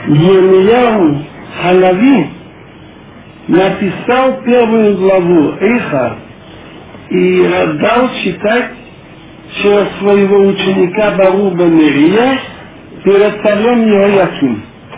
Йирмияу Ханави написал первую главу Эйха и дал читать через своего ученика Баруба Нерия перед царем Йеояким.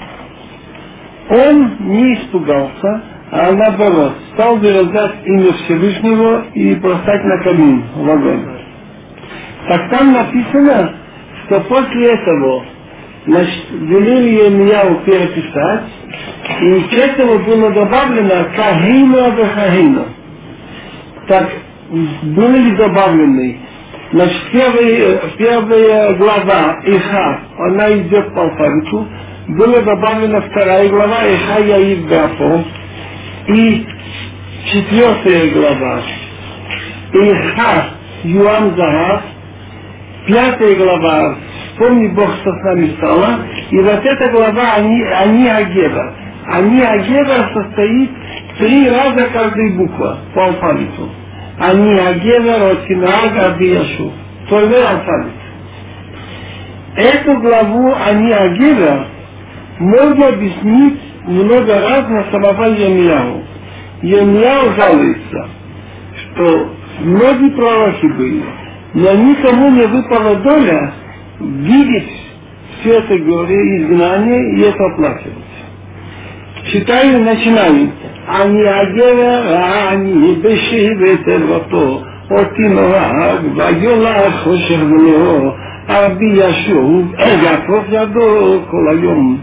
Он не испугался, а наоборот, стал выражать имя Всевышнего и бросать на камин в огонь. Так там написано, что после этого велели Йирмияу переписать, и к этому было добавлено «Кахину Абахахину». Так, были ли добавлены? Значит, первая глава Иха, она идет по алфавиту, была добавлена вторая глава Иха Яив Гафо, и четвертая глава Иха Юам Захав, пятая глава «Вспомни Бог, что с нами стало», и вот эта глава Ани Агева. Ани Агева состоит 3 раза каждая буква по алфавиту. Ани Агева, Ротинага, Абияшу. Твой алфавит. Эту главу Ани Агева можно объяснить много раз на самого Йирмияу. Йирмияу жалуется, что многие пророки были, но никому не выпала доля видеть все это горе, изгнание и это оплакивать. Читаю, начинаю. Ани Агева, Ани Бешивет Элвато, Отинораг, Вайола Хошер Влео, Абияшу, Яков Ядо, Колайом.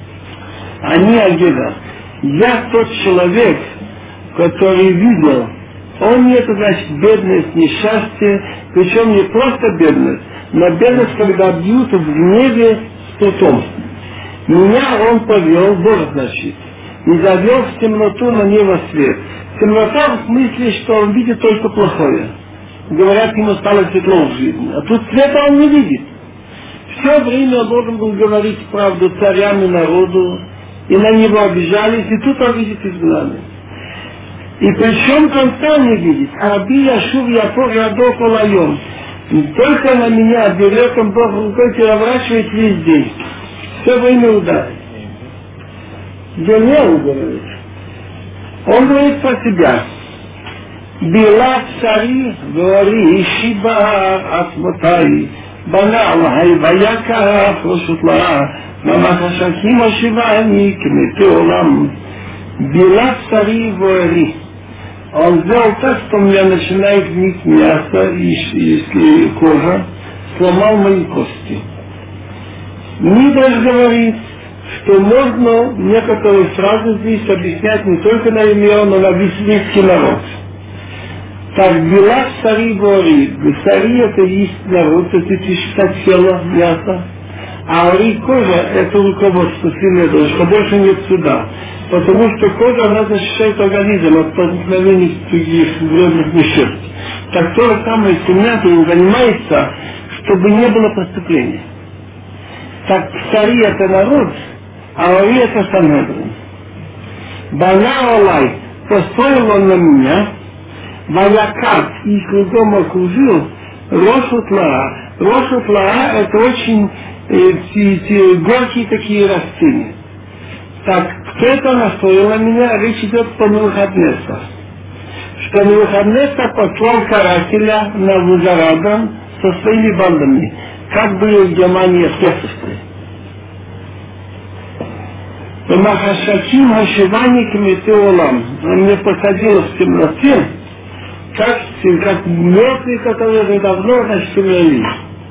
Ани Агева. Я тот человек, который видел. Он это значит бедность, несчастье, причем не просто бедность, но бедность, когда бьют в гневе с трудом. Меня он повел, Бог значит, и завел в темноту на небо свет. Темнота в смысле, что он видит только плохое. Говорят, ему стало светло в жизни. А тут света он не видит. Все время он должен был говорить правду царям и народу, и на него обижались, и тут он видит изгнание. И причем конца не видит. Аби Яшув Яков Ядо Колайом. Только на меня берет он Бог рукой, переворачивает весь день. Все время ударит. Йирмияу говорит. Он говорит про себя. Била цари, говори, Шиба Асмотай, Бана Аллахай, Ваяка, Фошутла, Мамахашакима Шивани, Кметеолам. Била цари, говори. Он сделал так, что у меня начинает гнить мясо и кожа, сломал мои кости. Мидраш говорит, что можно некоторые фразы здесь объяснять не только на Йирмияу, но на весь еврейский народ. Так, Била цари говорит, цари это есть народ, это считать тело, мясо, а ори кожа это руководство, сильное, что больше нет суда. Потому что кожа, она защищает организм от проникновений других вредных веществ. Так то же самое семья занимается, чтобы не было преступления. Так цари это народ, а ори это Санхедрин. Бана Олай, построил он на меня, Ваякат и кругом окружил Рошутлаа. Рошутлаа это очень горькие такие растения. Так, кто это настроил на меня, речь идет по Навуходоносору. Что Навуходоносор послал карателя на Вузарадан со своими бандами, как были в Германии эсэсовцы. Махашаким Хашивани Кметеолам. Он мне посадил в темноте, как мертвые, которые уже давно умерли.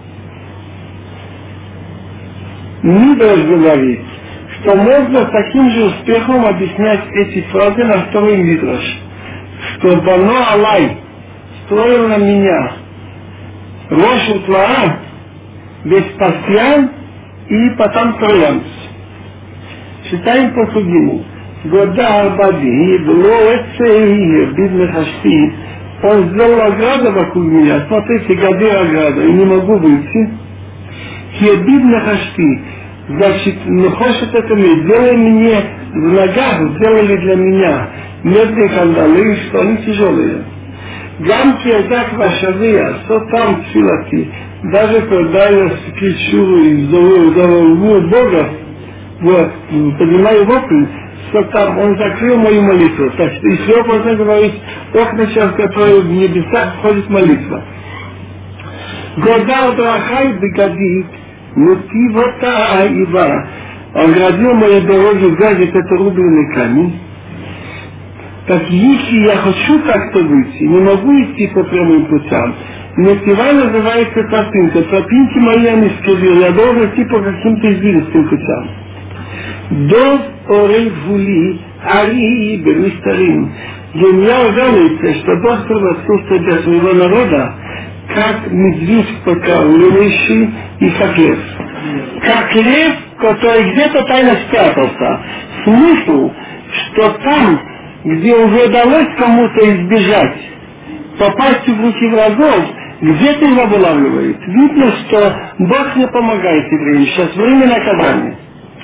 Мидраш говорит, что можно с таким же успехом объяснять эти фразы на второй мидраш, что Бано Алай строил на меня Рошутлаа, Веспасьян и потом Троянц. Читаем по Судиму. Года Арбади, Блоэцей, Биднехашти. Он сделал ограду вокруг меня. Смотрите, годы ограда, и не могу выйти. Хебиднехашти. Значит, хочет это мне, сделай мне в ногах, сделали для меня медные кандалы, что они тяжелые. Гамки Азак Вашавия, что там филати, даже когда я кричу и зову Бога, вот, поднимаю вопль, что там он закрыл мою молитву. Так что еще можно говорить, окна сейчас, которые в небесах входит молитва. Года удрахай бегадит, нутивота аива. Он градил мои дороги, гадит это рубленый камень. Так если я хочу как-то выйти, не могу идти по прямым путям. Нефтева называется тропинка. Тропинки мои я не скрывил, я должен идти по каким-то извилистым путям. Дов орей вули, ари бемистарим. Для меня жалуется, что Бог превосходит для своего народа, как медведь покорливающий и как лев. Как лев, который где-то тайно спрятался. Смысл, что там, где уже удалось кому-то избежать, попасть в руки врагов, где-то его вылавливает. Видно, что Бог не помогает евреям. Сейчас время наказания.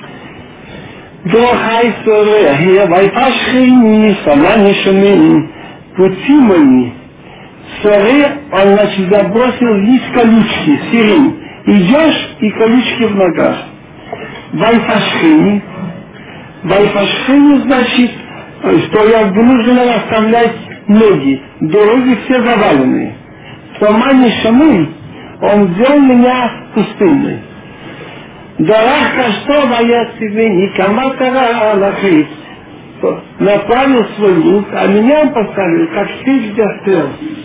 Дохай соре, вайпашхини, сама не шумим, пути мои. Соре, он, значит, забросил лист колючки, сирень. Идешь, и колючки в ногах. Вайпашхини. Вайпашхини, значит, что я вынужден оставлять ноги. Дороги все заваленные. Сама не шумим, он взял меня пустынной. Дараха что моя себе никому тара лахит. Направил свой лук, а меня он поставил, как сеть для стрел.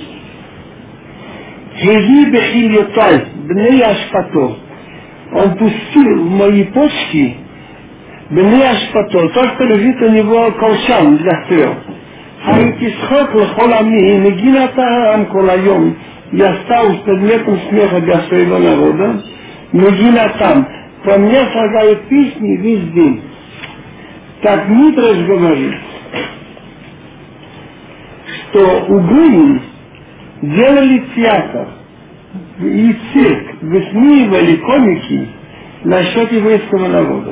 Хиги бехильотай, бней ашпато. Он пустил в мои почки бней ашпато, то, что лежит у него колчан для стрел. Хаитисхот лхолами, негинатаам колайом. Я стал предметом смеха для своего народа. Негинатам. По мне слагают песни весь день. Так Мидраш говорит, что угрюмы делали театр и цирк, высмеивали комики насчет еврейского народа.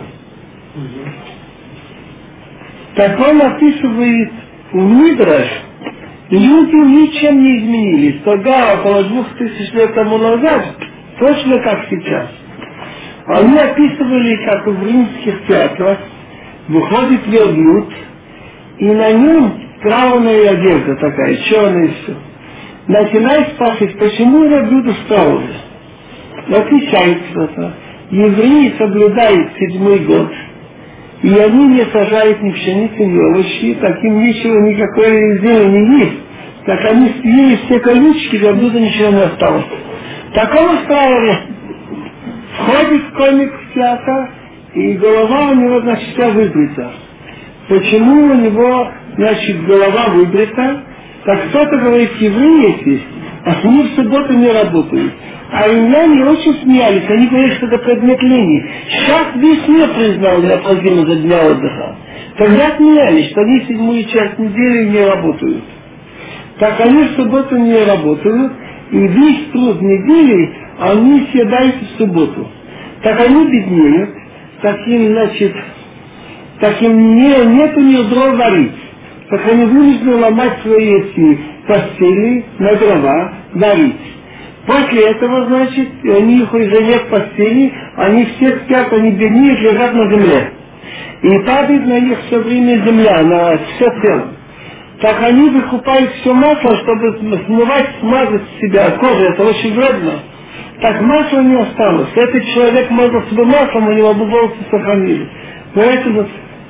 Так он описывает в Мидраш, люди ничем не изменились. Тогда, около 2000 лет тому назад, точно как сейчас. Они описывали, как в римских театрах выходит верблюд, и на нем траурная одежда такая, черная все. Начинает спрашивать, почему верблюду траурно? Отвечает что-то. Евреи соблюдают 7-й год, и они не сажают ни пшеницы, ни овощи, таким ничего, никакой зелени не есть. Так они съели все колючки, верблюда ничего не осталось. Такого траура. Входит комик в театр, и голова у него, значит, вся выбрита. Почему у него, значит, голова выбрита? Так кто-то говорит, евреи есть, а они в субботу не работают. А римляне очень смеялись, они говорят, что это предмет лени. Сейчас весь мир признал необходимость за дня отдыха. Тогда смеялись, что они 7-ю часть недели не работают. Так они в субботу не работают, и весь труд недели они съедают в субботу. Так они беднеют, таким, значит, таким нет у них дров варить. Так они вынуждены ломать свои эти постели на дрова, варить. После этого, значит, у них уже нет постели, они все спят, они беднеют, лежат на земле. И падает на них все время земля, на все тело. Так они выкупают все масло, чтобы смывать, смазать себя кожу, это очень вредно. Так масла не осталось. Этот человек мазал себе маслом, у него бы волосы сохранились. Поэтому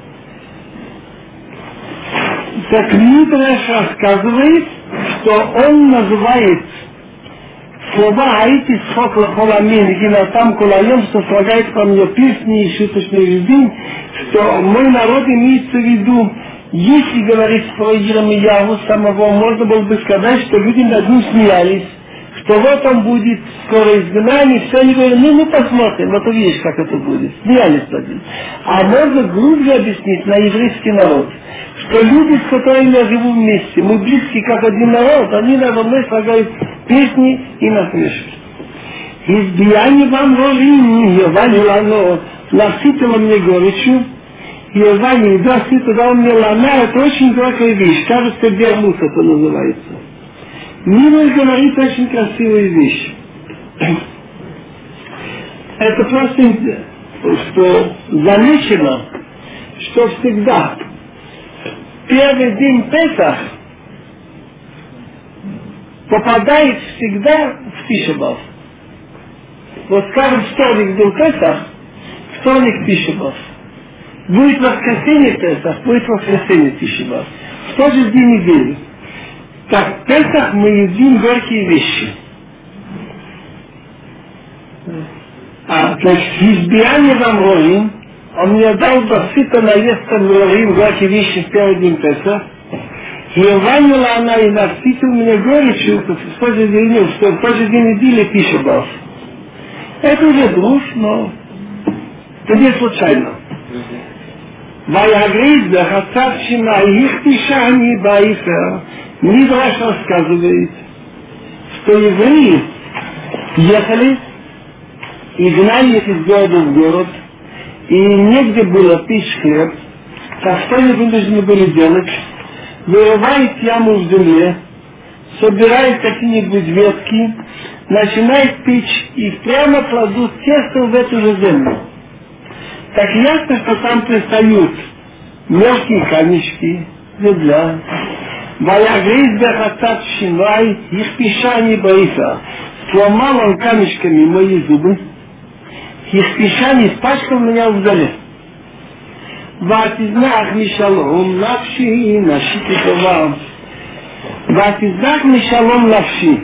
так Мидраш рассказывает, что он называет слова «Аити схок лахоламин» и «Гинатам кулаем», что слагает по мне песни и шуточные вещи, что мой народ имеется в виду, если говорить про Иеремияву самого, можно было бы сказать, что люди над ним смеялись, что вот он будет скоро изгнание, все они говорят, ну посмотрим, вот увидишь, как это будет. Смеялись над ним. А можно глубже объяснить на еврейский народ, что люди, с которыми я живу вместе, мы близки как один народ, они надо мной слагают песни и насмешки. Избияние вам рожи, Евани лано, насытило мне горечью, Евани, да, сыто дал мне лана, это очень горькая вещь, кажется, бермут это называется. Мидраш говорит очень красивые вещи. Это просто что замечено, что всегда первый день Песах попадает всегда в Тишебав. Вот скажем, вторник был Песах, вторник Тишебав. Будет воскресенье Песах, будет воскресенье Тишебав. В тот же день недели. Так, в Песах мы едим горькие вещи. Значит, избияние вам Ровим, он мне дал досыта наесться в Ровим горькие вещи в первый день Песах. И ванила она и насытил меня горечью, в тот же день, что в тот же день недели Тишебав. Это уже друж, но это не случайно. Ваягрид захацавшина их пишани баифер. Мидраш рассказывает, что евреи ехали и гнали их из города в город, и негде было печь хлеб, так что они вынуждены были делать? Вырывает яму в земле, собирает какие-нибудь ветки, начинает печь и прямо кладут тесто в эту же землю. Так ясно, что там пристают мелкие камешки, земля. Ваягрид захатат шинвай, их пишани боится. Сломал он камешками мои зубы, их пишани испачкал меня в зале. Ватизнах мишалом навши, нашите това. Ватизнах мишалом навши.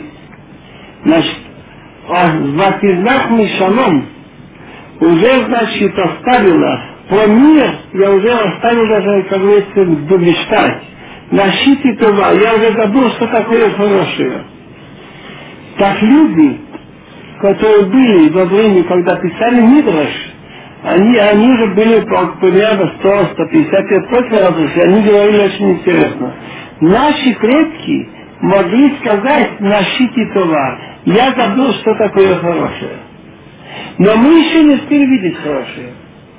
Ватизнах мишалом уже, значит, оставила. Про мир я уже оставил даже, как говорится, мечтать. Нашите това, я уже забыл, что такое хорошее. Так люди, которые были во время, когда писали Мидраш, они уже были примерно 100-150 лет после радости, они говорили очень интересно. Наши предки могли сказать «нашите това», я забыл, что такое хорошее. Но мы еще не успели видеть хорошее.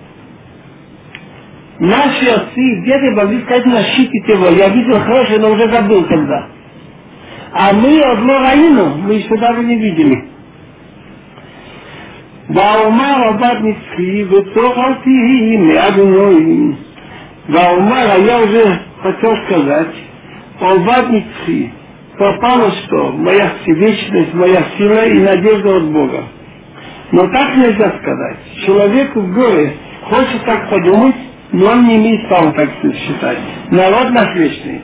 Наши отцы и деды могли сказать «нашите его», я видел хорошее, но уже забыл когда. А мы одно раину, мы еще даже не видели. Ваумар абад ницхи, вецохалти меадуной. Ваумар, а я уже хотел сказать, абад ницхи, пропало что? Моя вечность, моя сила и надежда от Бога. Но так нельзя сказать. Человек в горе хочет так подумать, но он не имеет права так считать. Народ наш вечный.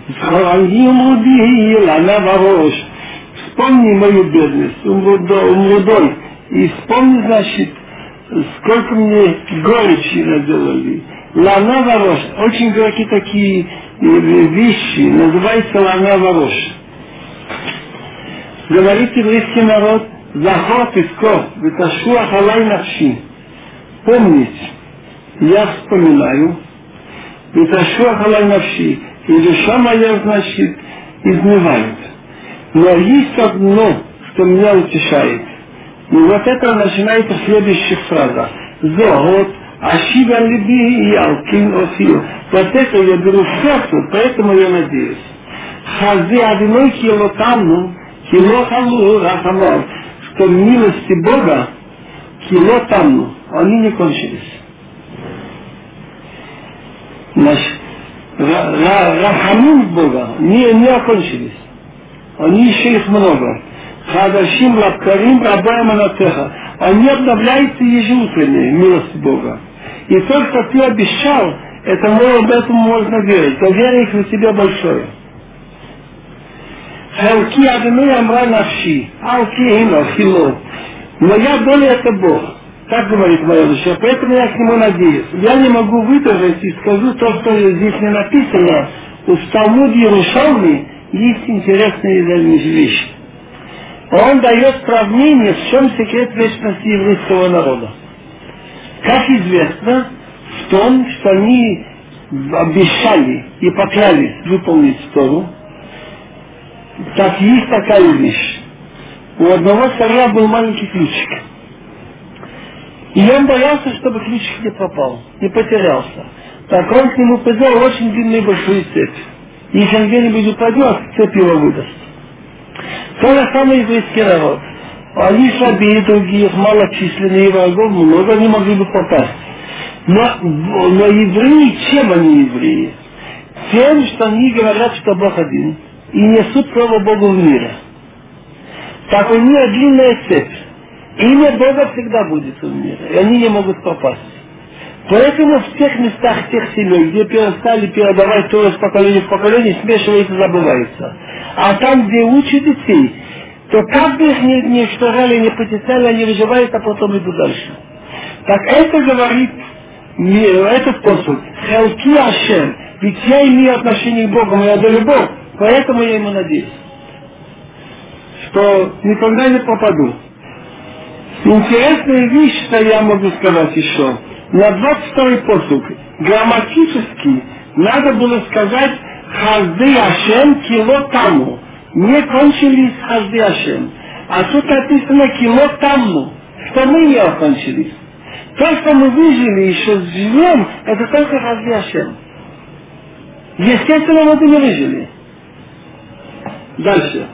Вспомни мою бедность, умрудой, и вспомни, значит, сколько мне горечи наделали. Лана ворош, очень горькие такие вещи, называется лана ворош. Говорит еврейский народ, захор песков, выташу ахалай навши. Помнить, я вспоминаю, выташу ахалай навши. И душа моя, значит, изнывает. Но есть одно, что меня утешает. И вот это начинается в следующих фразах. Зогот, ашига либи и алкин осил. Вот это я беру в сердце, поэтому я надеюсь. Хази одиной килотамну, килохалу рахамал. Что милости Бога, килотамну, они не кончились. Значит, Рахамим Бога не окончились. Они еще их много. Хадашим лапкарим рабаем анатеха. Они обновляются ежеутренне, милость Бога. И то, что ты обещал, это об этом можно верить. Доверие их на тебя большое. Халки адыны амра навши, алки ино хило. Моя доля это Бог. Так говорит моя душа, поэтому я к нему надеюсь. Я не могу выдержать и скажу то, что здесь не написано. У Талмуде Иерушалми есть интересные вещи. Он дает сравнение, в чем секрет вечности еврейского народа. Как известно, в том, что они обещали и поклялись выполнить Тору, так есть такая вещь. У одного царя был маленький ключик. И он боялся, чтобы ключик не пропал, не потерялся. Так он к нему поднял очень длинную большую цепь. И если он где-нибудь упадет, цепь его выдаст. То же самое еврейский народ. Они слабее других, малочисленные врагов, много не могли бы попасть. Но евреи, чем они евреи? Тем, что они говорят, что Бог один, и несут слово Богу в мире. Так у них длинная цепь. Имя Бога всегда будет в мире, и они не могут попасть. Поэтому в тех местах, тех семей, где перестали передавать Тору с поколения в поколение, смешивается и забывается. А там, где учат детей, то как бы их не уничтожали, не потесняли, они выживают, а потом идут дальше. Так это говорит этот посуд. Хелки Ашем. Ведь я имею отношение к Богу, я даю Бог, поэтому я ему надеюсь, что никогда не попаду. Интересная вещь, что я могу сказать еще. На 22-й посуд грамматически надо было сказать Хаздей Ашем кило таму. Не кончились Хаздей Ашем. А тут написано кило таму, что мы не окончились. То, что мы выжили, еще живем, это только Хаздей Ашем. Естественно, мы бы не выжили. Дальше.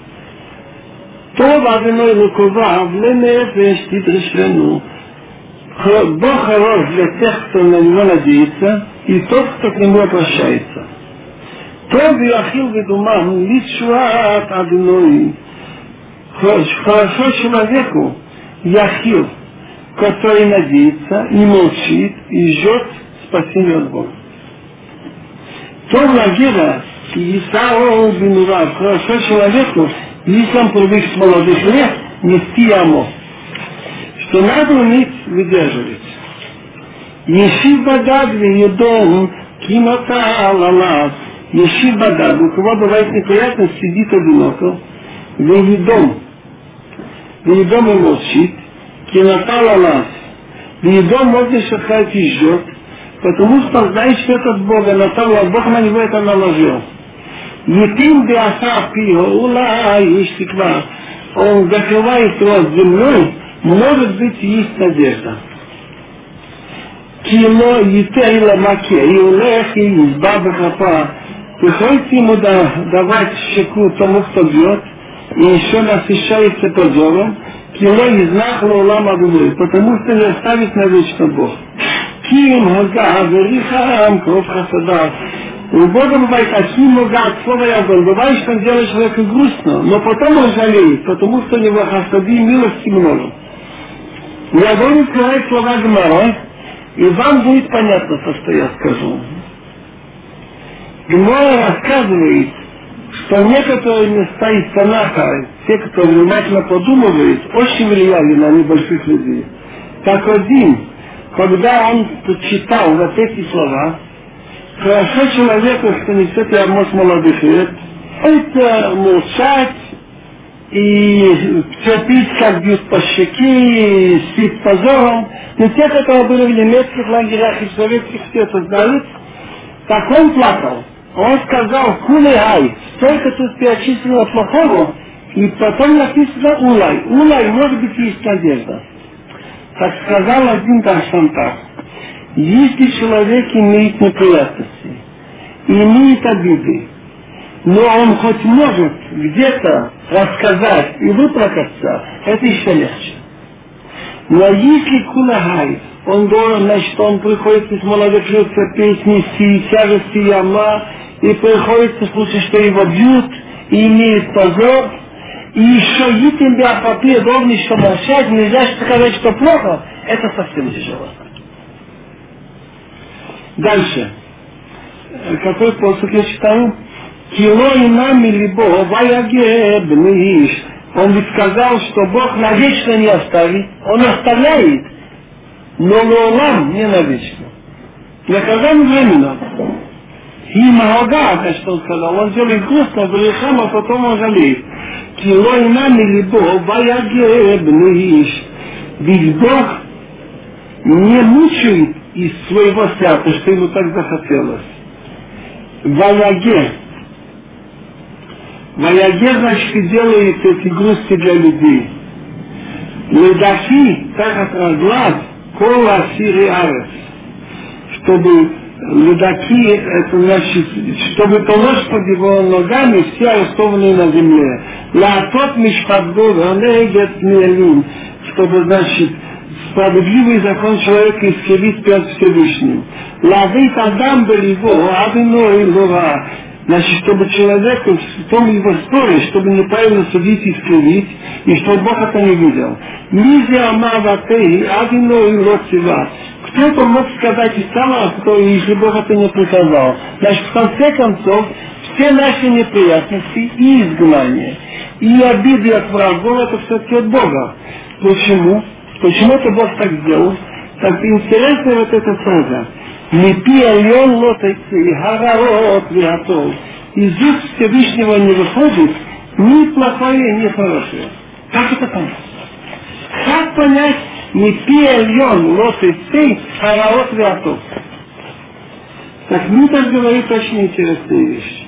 טוב אדוני לקובב לנפש תדרשנו. Бог хорош для тех, кто на него надеется, и тот, кто к нему обращается. טוב יאכיל ודומם לתשועת אדוני. Хорошо человеку яхил, который надеется, не молчит и ждет спасения от Бога. טוב להגיע כי יישאו בנוריו. Хорошо человеку, если он привык с молодых лет, нести яму, что надо уметь выдерживать. Ешив бадад веедом кимата алалат. Ешив бадад, у кого бывает неприятность, сидит одиноко, веедом и молчит, кимата алалат. Веедом можно сказать и ждет, потому что знает, что это от Бога, натал, Бог на него это наложил. Етим беаса пио, улай, есть тиква. Он закрывает рот землей, может быть, есть надежда. Кило етейла маке, и улех, и изба бахапа. Приходится ему давать щеку тому, кто бьет, и еще насыщается позором. Кило изнахло улам адулой, потому что не оставит навечно Бог. Ким хага, верихам, кров хасада. У Бога бывает таким угад, слово я говорю, бывает, что он делает человеку грустно, но потом он жалеет, потому что у него хасади милости много. Я буду сказать слова Гемара, и вам будет понятно то, что я скажу. Гемара рассказывает, что некоторые места из Танаха, те, кто внимательно подумывает, очень влияли на небольших людей. Так один, когда он читал вот эти слова, хорошо человеку, что несет ярмо с молодых лет, это молчать и терпеть, как бьют по щеке, спит позором. Но те, которые были в немецких лагерях и в советских, все это знают, так он плакал. Он сказал, кулай, столько тут перечислено плохого, и потом написано улай. Улай, может быть, есть надежда. Так сказал один Даршантах. Если человек имеет неприятности, имеет обиды, но он хоть может где-то рассказать и выплакаться, это еще легче. Но если кулагай, он должен, значит, он приходит из молодых лет терпеть, нести тяжести яма, и приходится слушать, что его бьют, и имеет позор, и еще етим биапапия должен еще молчать, нельзя сказать, что плохо, это совсем тяжело. Дальше. Какой посуд я читаю? Кило и нами либо ваягебниш. Он ведь сказал, что Бог навечно не оставит. Он оставляет, но лолам не навечно. Наказание временно. И много, значит, он сказал, он делает грустно, грехом, а потом он жалеет. Кило и нами либо ваягебниш. Ведь Бог не мучает из своего сердца, что ему так захотелось. Ваяге, значит, делает эти грусти для людей. Ледафи, так от разлад, кола сири арес, чтобы Ледаки, это значит, чтобы положить под его ногами все арестованные на земле. Лаатот мишпат гора, негет миэлин, чтобы, значит, справедливый закон человека искривить перед Всевышним. Лавит адам беливо, адино и лора. Значит, чтобы человек в том его споре, чтобы неправильно судить и искривить, и чтобы Бог это не видел. Низя амаватей, адино и лоцива. Кто-то мог сказать из самого, кто, если Бог это не приказал. Значит, в конце концов, все наши неприятности и изгнания, и обиды от врагов, это все-таки от Бога. Почему? Почему это Бог так сделал? Так интересно вот эта фраза. Мипи альон лотайцы, хараот виатол. Из уст Всевышнего не выходит ни плохое, ни хорошее. Как это понять? Как понять мипи альон лотайцы, хараот виатол? Так Мидраш говорит очень интересные вещи.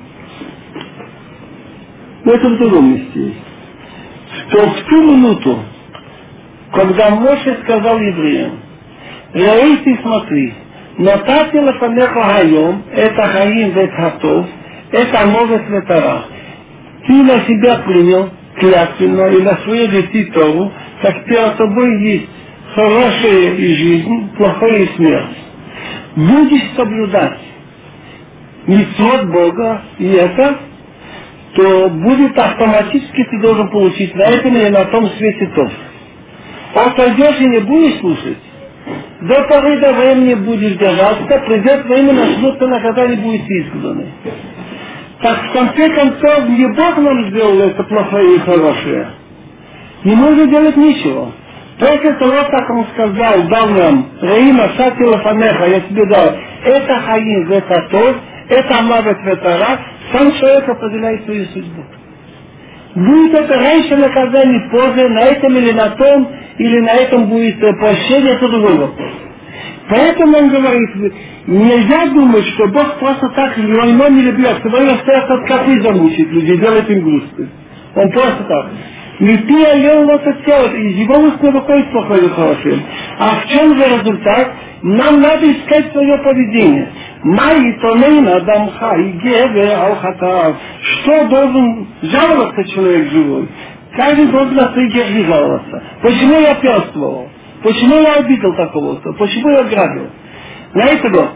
Но это в другом месте есть. Что в ту минуту, когда Моше сказал евреям, «Раэйте, смотри, натати лефанеха хайом, это хаим вет хатов, это мовет ветара». Ты на себя принял клятвенно и на свою детей Тору, так перед тобой есть хорошая и жизнь, плохая и смерть. Будешь соблюдать мицвот Бога и это, то будет автоматически ты должен получить на этом или на том свете Тов. Отойдешь и не будешь слушать, до поры до времени будешь держаться, придет время, начнутся наказание, будете изгнаны. Так в конце концов, не Бог нам сделал это плохое и хорошее. Не можно делать ничего. Только того, как он сказал, дал нам, Раима Шатила Фанеха, я тебе дал, это хаим, это тот, это мавет ветара, сам человек определяет свою судьбу. Будет это раньше наказание, позже, на этом или на том, или на этом будет прощение, это другой вопрос. Поэтому он говорит, нельзя думать, что Бог просто так войной не любит, сегодня стоят от коты замучить людей, делать им грустно. Он просто так. Не ты, а я у вас это делает, из его уст не выходит плохое и хорошее. А в чем же результат? Нам надо искать свое поведение. Май тонейна дамха и геве алхатав. Что должен жаловаться человек живой? Каждый должен на свои грехи жаловаться. Почему я пьянствовал? Почему я обидел такого-то? Почему я грабил? Для этого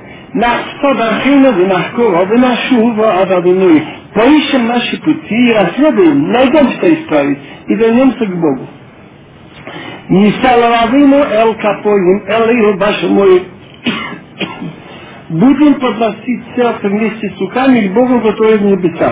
поищем наши пути и расследуем, найдем, что исправить, и вернемся к Богу. Не салававину эл капоим, эл башмой. Будем подносить сердце вместе с руками к Богу, который в небесах.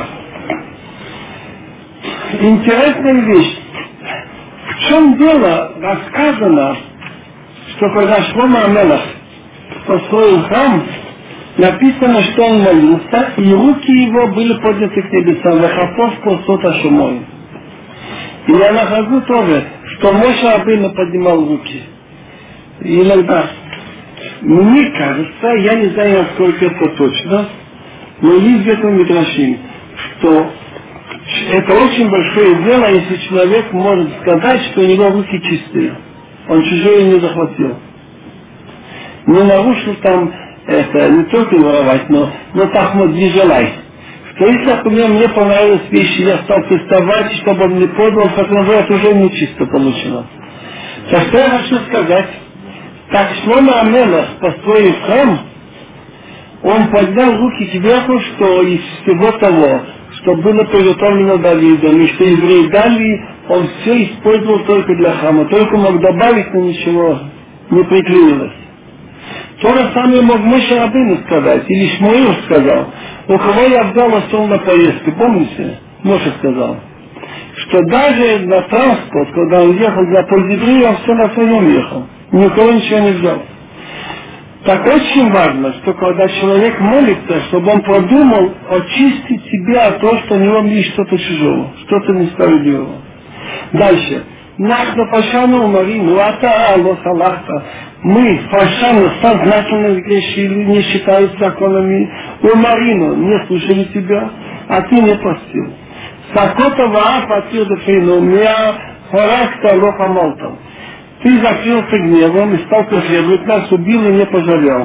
Интересная вещь. В чем дело рассказано, что когда Шломо ха-Мелех построил храм, написано, что он молился, и руки его были подняты к небесам, вахапов посота шумой. И я нахожу тоже, что Моше Рабейну поднимал руки. И иногда, мне кажется, я не знаю, насколько это точно, но есть где-то мидрашим, что это очень большое дело, если человек может сказать, что у него руки чистые. Он чужое не захватил. Не нарушил там это, не только воровать, но так вот не желай. Что если, например, мне понравилась вещь, я стал приставать, чтобы он мне подал, потом это уже не чисто получено. Так что я хочу сказать, так Шломо ха-Мелех, построив храм, он поднял руки кверху, что из всего того, что было приготовлено Давидом, и что евреи дали, он все использовал только для храма, только мог добавить, но ничего не приклеилось. То же самое мог Моше Рабейну сказать, или Шмуил сказал, у кого я взял осел на поездку, помните? Моше сказал, что даже на транспорт, когда он ехал для Пользеврея, он все на своем ехал, никого ничего не взял. Так очень важно, что когда человек молится, чтобы он продумал очистить себя от того, что у него есть что-то чужого, что-то несправедливого. Дальше. Нахну пашану Марину, ата алло салахта. Мы пашану сознательно грешили, не считаясь законами. У Марину не слушали тебя, а ты не простил. Сакота ваап отсюда фейну, мя характа лоха молтал. Ты закрылся гневом и стал преследовать нас, убил и не пожалел.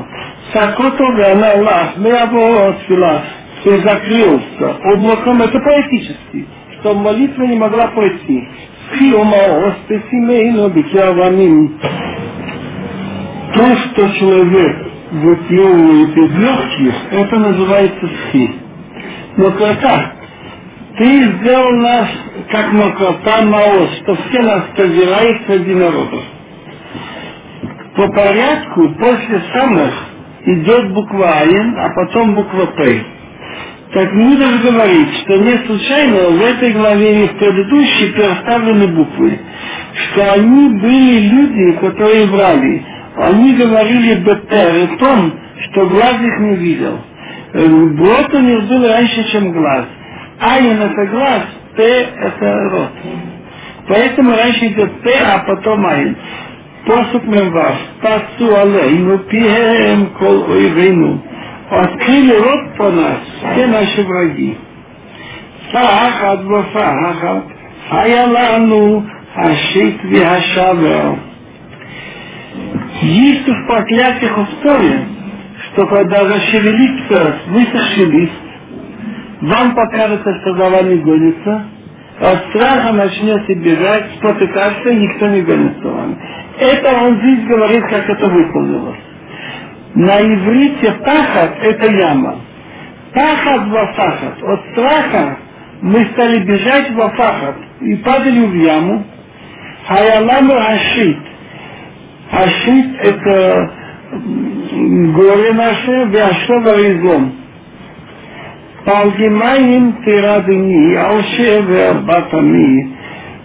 Сакотове на Аллах, меабо тфила, ты закрылся облаком, это поэтически, что молитва не могла пройти. Фиомаос, ты семейно бикявамим. То, что человек выплевывает из легких, это называется схи. Но как? Ты сделал нас, как Макрота Маос, что все нас собирают среди народов. По порядку, после самых идет буква Айн, а потом буква П. Так Мудрый говорит, что не случайно в этой главе и в предыдущей переставлены буквы, что они были люди, которые врали. Они говорили бетер о том, что глаз их не видел. Рот у них был раньше, чем глаз. Айн это глаз, П это рот. Поэтому раньше идет П, а потом Айн. Посук мемваш, пасу алейну, пием кол ойвейну. Открыли рот по нас все наши враги. Фахат вафахат, хаялану, ашит вихашавел. Есть в проклятиях условия, что когда зашевелится высохший лист, вам покажется, что за вами гонится, от страха начнете бежать, спотыкаться, и никто не гонится вами. Это он здесь говорит, как это выполнилось. На иврите пахат – это яма. Пахат вафахат. От страха мы стали бежать вафахат и падали в яму. Хаяламу ашит. Ашит – это горе наше, вяшова излом. Палгимаим тирадыни, алшеве батами.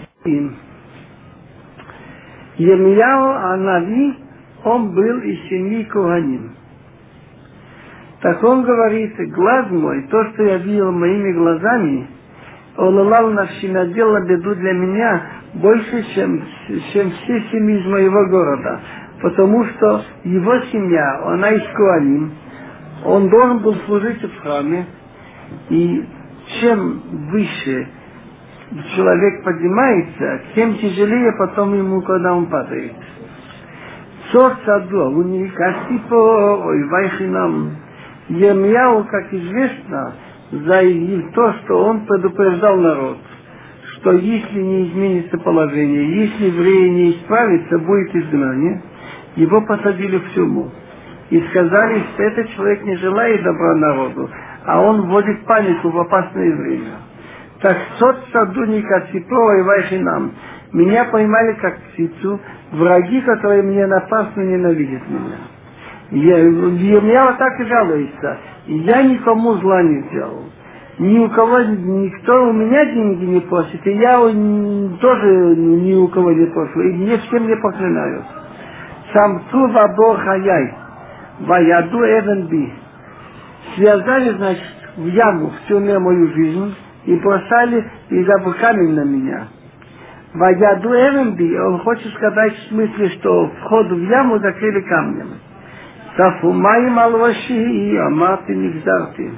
Ермияу Анави, он был из семьи Коганим. Так он говорит, глаз мой, то, что я видел моими глазами, Олалал навши наделала беду для меня больше, чем все семьи из моего города. Потому что его семья, она из Коганим, он должен был служить в храме, и чем выше человек поднимается, тем тяжелее потом ему, когда он падает. Сорцадо, уникасипо, ой, вайхинам. Ермияу, как известно, заявил то, что он предупреждал народ, что если не изменится положение, если евреи не исправятся, будет изгнание. Его посадили в тюрьму. И сказали, что этот человек не желает добра народу, а он вводит панику в опасное время. Так соцсадуника Ципова и Вайхинам. Меня поймали как птицу, враги, которые мне напрасно ненавидят меня. Ермияу так и жалуется. Я никому зла не сделал. Ни у кого, никто у меня деньги не просит, и я тоже ни у кого не прошу, и мне всем не проклинают. Сам Тува Борхаяй, Ваяду Эвенби. Связали, значит, в яму, в тюрьме мою жизнь, и бросали из камень на меня. Ваяду Эвенби, он хочет сказать в смысле, что вход в яму закрыли камнем. Тафумаим алваши и аматы нигзарти.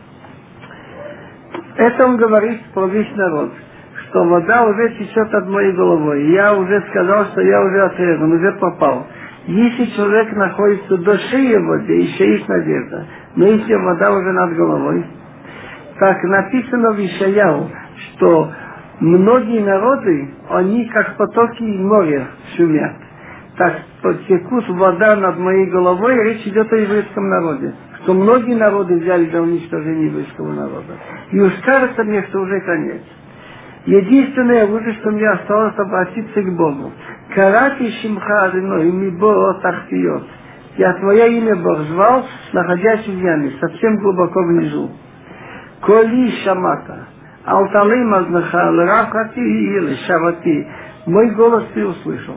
Это он говорит про весь народ, что вода уже течет от моей головы. Я уже сказал, что я уже отрезан, уже попал. Если человек находится до шеи в воде, еще есть надежда. Но если вода уже над головой, так написано в Ишаяу, что многие народы, они как потоки моря шумят. Так потекут вода над моей головой, речь идет о еврейском народе. Что многие народы взяли для уничтожения еврейского народа. И уж кажется мне, что уже конец. Единственное выше, что мне осталось, обратиться к Богу. Карати Шимха Адыной, Мибо Тахтиот. Я твое имя, Бог, звал, находясь в яме, совсем глубоко внизу. Коли Шамата, Алталей Мазнаха, Лрафхати или Шавати. Мой голос ты услышал.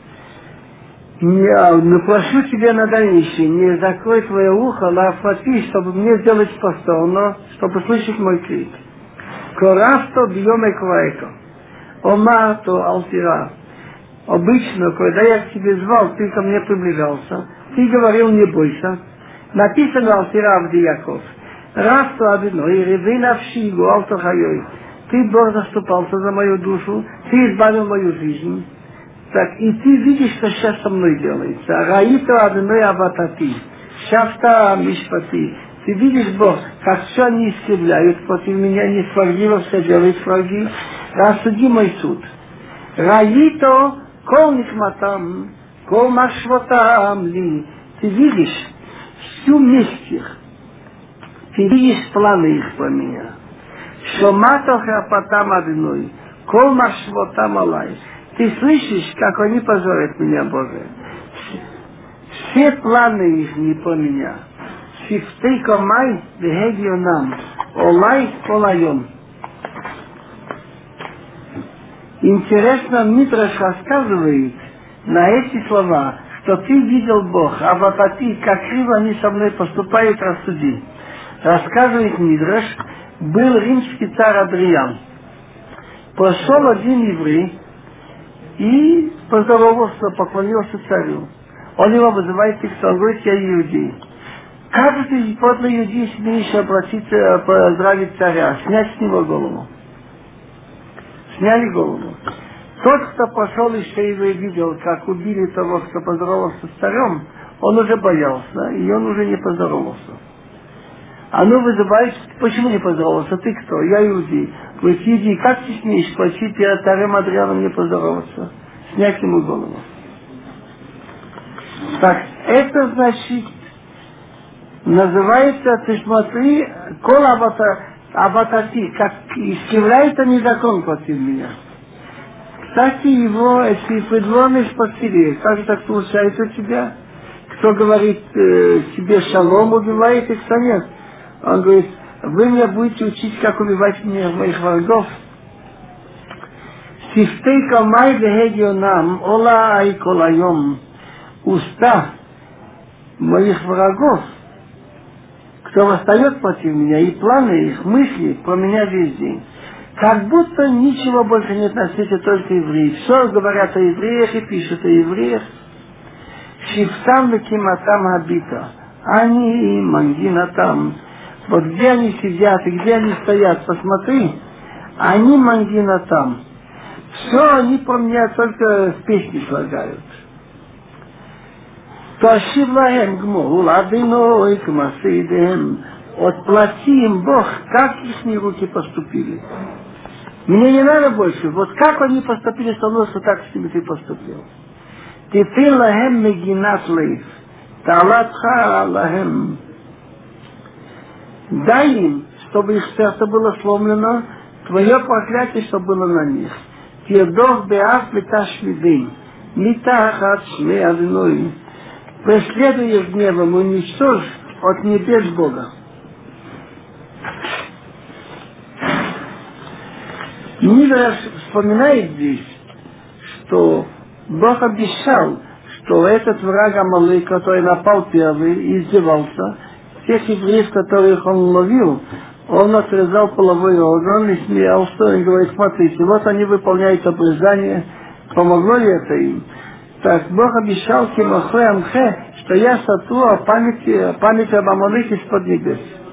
Не прошу тебя на дальнейшее, не закрой твое ухо, лафати, чтобы мне сделать просторно, чтобы слышать мой крик. Корафто бьем эквайко. Омарто алтира. Обычно, когда я к тебе звал, ты ко мне приближался, ты говорил, не бойся. Написано алтира в Яков. Рафто одиной, ревей навши, гуалто хайой. Ты, Бог, заступался за мою душу, ты избавил мою жизнь. Так, и ты видишь, что сейчас со мной делается. Раито одной абатати. Шафта Мишпати. Ты видишь, Бог, как все они искривляют против меня, несправедливо все делают враги. Рассуди мой суд. Раито кол никматам, кол машватам ли. Ты видишь всю месть их. Ты видишь планы их про меня. Шомато храпатам одной, кол машватам алай. Ты слышишь, как они позорят меня, Боже. Все планы их не по меня. Шифтей комай вегегионам. Олай колайом. Интересно, Мидраш рассказывает на эти слова, что ты видел Бог, а вот ты, как криво они со мной поступают, рассуди. Рассказывает Мидраш, был римский царь Адриан. Пошел один еврей и поздоровался, поклонился царю. Он его вызывает, он говорит, я иудей. Как же ты, подлый иудей, смеешь обратиться, поздравить царя, снять с него голову? Сняли голову. Тот, кто пошел еще и видел, как убили того, кто поздоровался с царем, он уже боялся, и он уже не поздоровался. Оно вызывает, почему не поздоровался? Ты кто? Я иудей. Говорит, иди, как ты смеешь пойти перед царем Адрианом не поздороваться? Снять ему голову. Так, это значит, называется, ты смотри, кол абатати, как искривляет они закон против меня. Кстати, его, эти придворные спасили, как же так получается у тебя? Кто говорит, тебе шалом убивает, и кто нет? Он говорит, вы меня будете учить, как убивать меня, моих врагов. Сифтей камай вегегионам, ола ай колайом. Уста моих врагов, кто восстает против меня, и планы их, мысли про меня весь день. Как будто ничего больше нет на свете, только евреи. Все говорят о евреях и пишут о евреях. Шифтам векиматам абита. Они мангинатам. Вот где они сидят и где они стоят, посмотри. Они мангинатам. Все они про меня только песни слагают. Ташив лаhem гмол адиной кмасидем. Отплати им Бог, как их руки поступили. Мне не надо больше. Вот как они поступили со мной, что так с ними ты поступил. Ты лаhem мегинат лейф. Талатха лаhem. Дай им, чтобы их сердце было сломлено, твое проклятие, чтобы было на них. Тирдов беав меташвидим. Митахат шме адиной. Преследуй их гневом, уничтожь от небес Бога. Мидраш вспоминает здесь, что Бог обещал, что этот враг Амалек, который напал первый и издевался, тех евреев, которых он ловил, он отрезал половой орган и смеялся, и говорит, смотрите, вот они выполняют обрезание, помогло ли это им? Так Бог обещал Кимахе Амхе, что я сотру память об Амалеке из-под небес.